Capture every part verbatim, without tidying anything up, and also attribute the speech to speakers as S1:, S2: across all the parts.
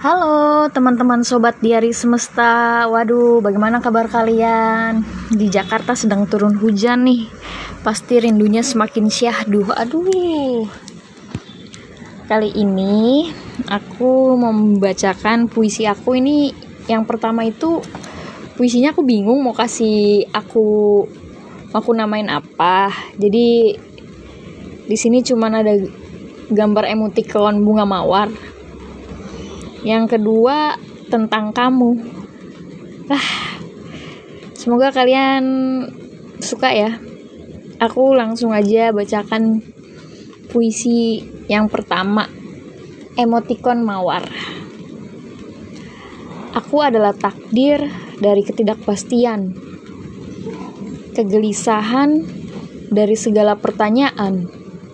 S1: Halo teman-teman sobat Diari Semesta. Waduh, bagaimana kabar kalian? Di Jakarta sedang turun hujan nih. Pasti rindunya semakin syahdu. Aduh. Kali ini aku mau membacakan puisi aku ini. Yang pertama itu puisinya aku bingung mau kasih aku aku namain apa. Jadi di sini cuman ada gambar emoticon bunga mawar. Yang kedua tentang kamu. Ah, semoga kalian suka ya. Aku langsung aja bacakan puisi yang pertama, emoticon mawar. Aku adalah takdir dari ketidakpastian, kegelisahan dari segala pertanyaan,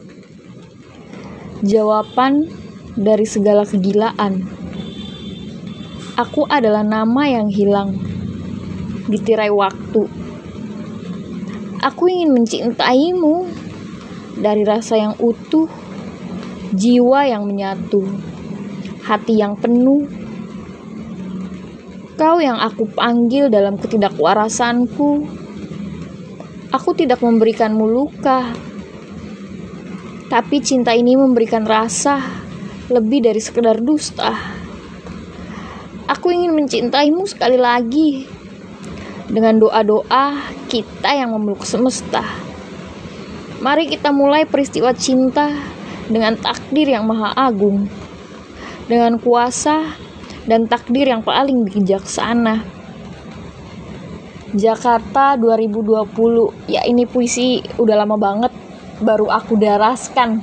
S1: jawaban dari segala kegilaan. Aku adalah nama yang hilang di tirai waktu. Aku ingin mencintaimu dari rasa yang utuh, jiwa yang menyatu, hati yang penuh. Kau yang aku panggil dalam ketidakwarasanku. Aku tidak memberikanmu luka, tapi cinta ini memberikan rasa lebih dari sekedar dusta. Aku ingin mencintaimu sekali lagi. Dengan doa-doa kita yang memeluk semesta. Mari kita mulai peristiwa cinta dengan takdir yang maha agung. Dengan kuasa dan takdir yang paling bijaksana. Jakarta dua ribu dua puluh. Ya, ini puisi udah lama banget baru aku daraskan.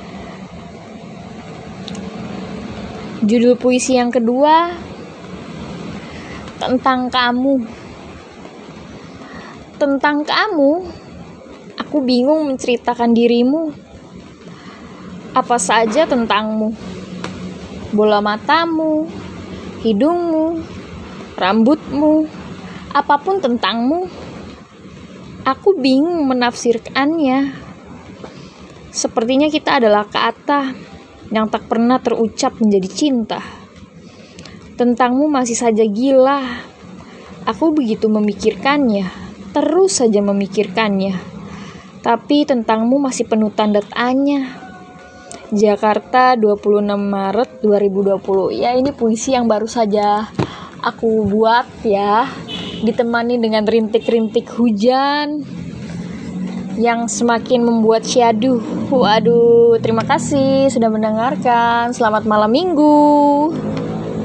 S1: Judul puisi yang kedua, tentang kamu. Tentang kamu, aku bingung menceritakan dirimu. Apa saja tentangmu. Bola matamu, hidungmu, rambutmu, apapun tentangmu. Aku bingung menafsirkannya. Sepertinya kita adalah kata yang tak pernah terucap menjadi cinta. Tentangmu masih saja gila. Aku begitu memikirkannya, terus saja memikirkannya. Tapi tentangmu masih penuh tanda tanya. Jakarta dua puluh enam Maret dua ribu dua puluh. Ya, ini puisi yang baru saja aku buat ya. Ditemani dengan rintik-rintik hujan yang semakin membuat syahdu. Waduh, terima kasih sudah mendengarkan. Selamat malam minggu.